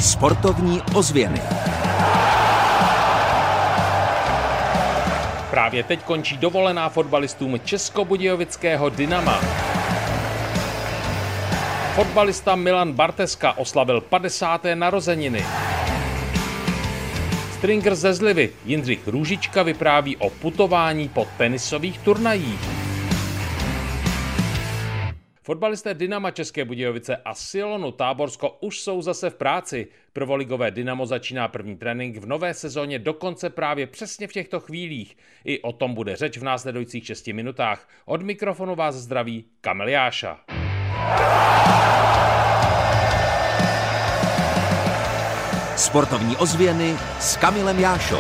Sportovní ozvěny. Právě teď končí dovolená fotbalistům českobudějovického Dynama. Fotbalista Milan Barteska oslavil 50. narozeniny. Stringer ze Zlivy Jindřich Růžička vypráví o putování po tenisových turnajích. Fotbalisté Dynama České Budějovice a Silonu Táborsko už jsou zase v práci. Prvoligové Dynamo začíná první trénink v nové sezóně dokonce právě přesně v těchto chvílích. I o tom bude řeč v následujících 6 minutách. Od mikrofonu vás zdraví Kamil Jáša. Sportovní ozvěny s Kamilem Jášou.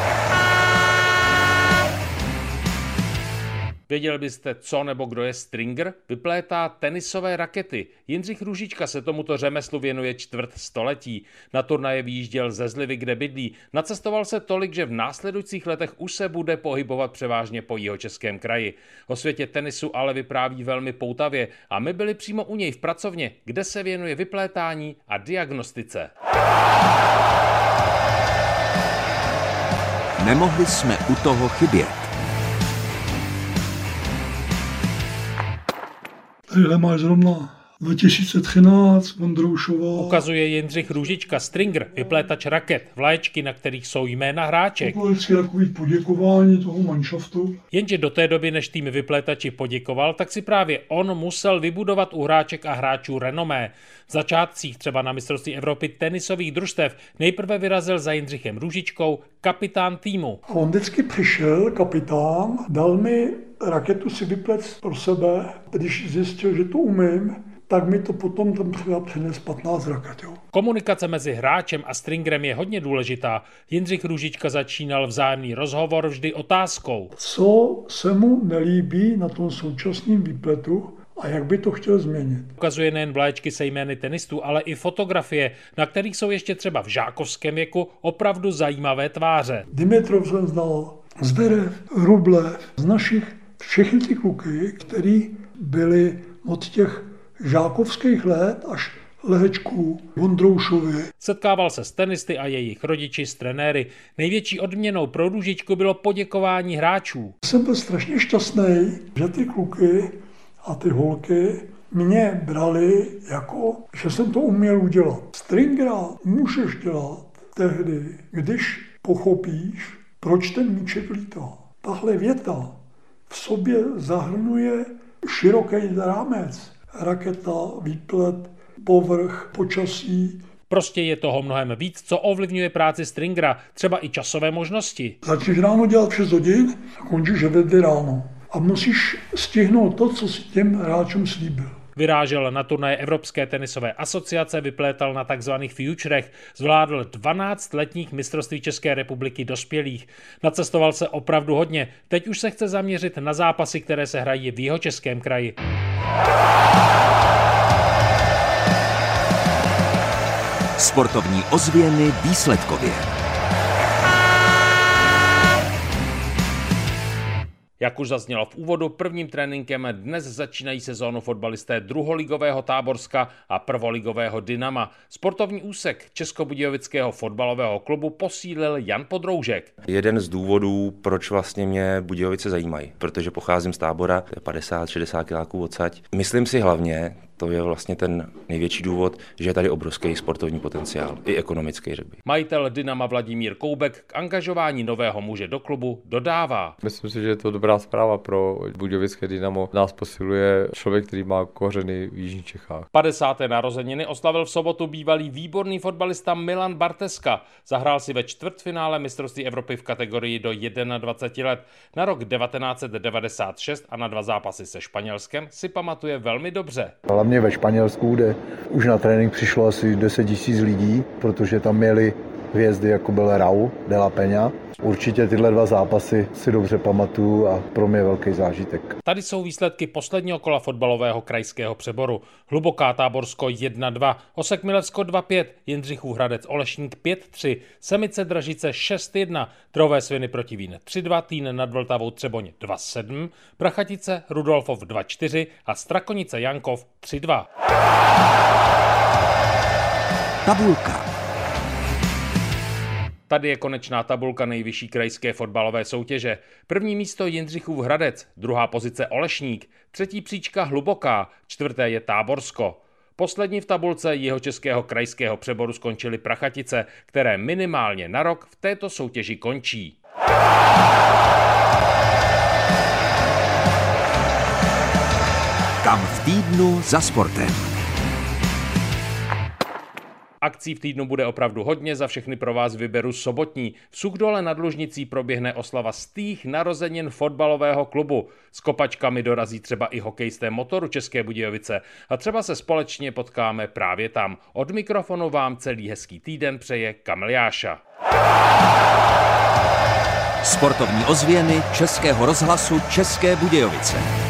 Věděli byste, co nebo kdo je stringer? Vyplétá tenisové rakety. Jindřich Růžička se tomuto řemeslu věnuje čtvrt století. Na turnaje vyjížděl ze Zlivy, kde bydlí. Nacestoval se tolik, že v následujících letech už se bude pohybovat převážně po jihočeském kraji. O světě tenisu ale vypráví velmi poutavě a my byli přímo u něj v pracovně, kde se věnuje vyplétání a diagnostice. Nemohli jsme u toho chybět. Tadyhle máš zrovna 2013, Vondroušová. Ukazuje Jindřich Růžička, stringer, vyplétač raket, vlaječky, na kterých jsou jména hráček. To je vždycky takový poděkování toho manšaftu. Jenže do té doby, než tým vyplétači poděkoval, tak si právě on musel vybudovat u hráček a hráčů renomé. V začátcích třeba na mistrovství Evropy tenisových družstev nejprve vyrazil za Jindřichem Růžičkou kapitán týmu. A on vždycky přišel, kapitán, dal mi raketu si vyplec pro sebe. Když zjistil, že to umím, tak mi to potom tam třeba přines 15 raket. Jo. Komunikace mezi hráčem a stringerem je hodně důležitá. Jindřich Růžička začínal vzájemný rozhovor vždy otázkou. Co se mu nelíbí na tom současném výpletu a jak by to chtěl změnit? Ukazuje nejen vlaječky se jmény tenistů, ale i fotografie, na kterých jsou ještě třeba v žákovském věku opravdu zajímavé tváře. Dimitrov jsem znal, Zverev, Rublev, z našich všechny ty kluky, který byli od těch žákovských let až Lehečků, Vondroušovi. Setkával se s tenisty a jejich rodiči s trenéry. Největší odměnou pro Růžičku bylo poděkování hráčů. Jsem byl strašně šťastný, že ty kluky a ty holky mě brali jako, že jsem to uměl udělat. Stringera můžeš dělat tehdy, když pochopíš, proč ten míček lítá. Tahle věta v sobě zahrnuje široký rámec. Raketa, výplet, povrch, počasí. Prostě je toho mnohem víc, co ovlivňuje práci stringera, třeba i časové možnosti. Začneš ráno dělat 6 hodin a končíš ve 2 ráno. A musíš stihnout to, co si těm hráčům slíbil. Vyrážel na turnaje Evropské tenisové asociace, vyplétal na takzvaných futurech, zvládl 12 letních mistrovství České republiky dospělých. Nacestoval se opravdu hodně, teď už se chce zaměřit na zápasy, které se hrají v jihočeském kraji. Sportovní ozvěny výsledkově. Jak už zaznělo v úvodu, prvním tréninkem dnes začínají sezónu fotbalisté druholigového Táborska a prvoligového Dynama. Sportovní úsek Českobudějovického fotbalového klubu posílil Jan Podroužek. Jeden z důvodů, proč vlastně mě Budějovice zajímají, protože pocházím z Tábora, 50-60 kiláků odsaď. Myslím si hlavně, to je vlastně ten největší důvod, že je tady obrovský sportovní potenciál, i ekonomický, řekl bych. Majitel Dynama Vladimír Koubek k angažování nového muže do klubu dodává. Myslím si, že je to dobrá zpráva pro budějovické Dynamo. Nás posiluje člověk, který má kořeny v jižních Čechách. 50. narozeniny oslavil v sobotu bývalý výborný fotbalista Milan Barteska. Zahrál si ve čtvrtfinále mistrovství Evropy v kategorii do 21 let. Na rok 1996 a na 2 zápasy se Španělskem si pamatuje velmi dobře. Hlavně ve Španělsku, kde už na trénink přišlo asi 10 000 lidí, protože tam měli hvězdy, jako byl Raúl de la Peña. Určitě tyhle 2 zápasy si dobře pamatuju a pro mě velký zážitek. Tady jsou výsledky posledního kola fotbalového krajského přeboru. Hluboká Táborsko 1-2, Osek Milevsko 2-5, Jindřichův Hradec Olešník 5-3, Semice Dražice 6-1, Trové Sviny Protivín 3-2, Týn nad Vltavou Třeboň 2-7, Prachatice Rudolfov 2-4 a Strakonice Jankov 3-2. Tabulka. Tady je konečná tabulka nejvyšší krajské fotbalové soutěže. První místo Jindřichův Hradec, druhá pozice Olešník, třetí příčka Hluboká, čtvrté je Táborsko. Poslední v tabulce Jihočeského krajského přeboru skončily Prachatice, které minimálně na rok v této soutěži končí. Kam v týdnu za sportem. Akcí v týdnu bude opravdu hodně, za všechny pro vás vyberu sobotní. V Suchdole nad Lužnicí proběhne oslava 100. narozenin fotbalového klubu. S kopačkami dorazí třeba i hokejisté Motoru České Budějovice a třeba se společně potkáme právě tam. Od mikrofonu vám celý hezký týden přeje Kamil Jáša. Sportovní ozvěny Českého rozhlasu České Budějovice.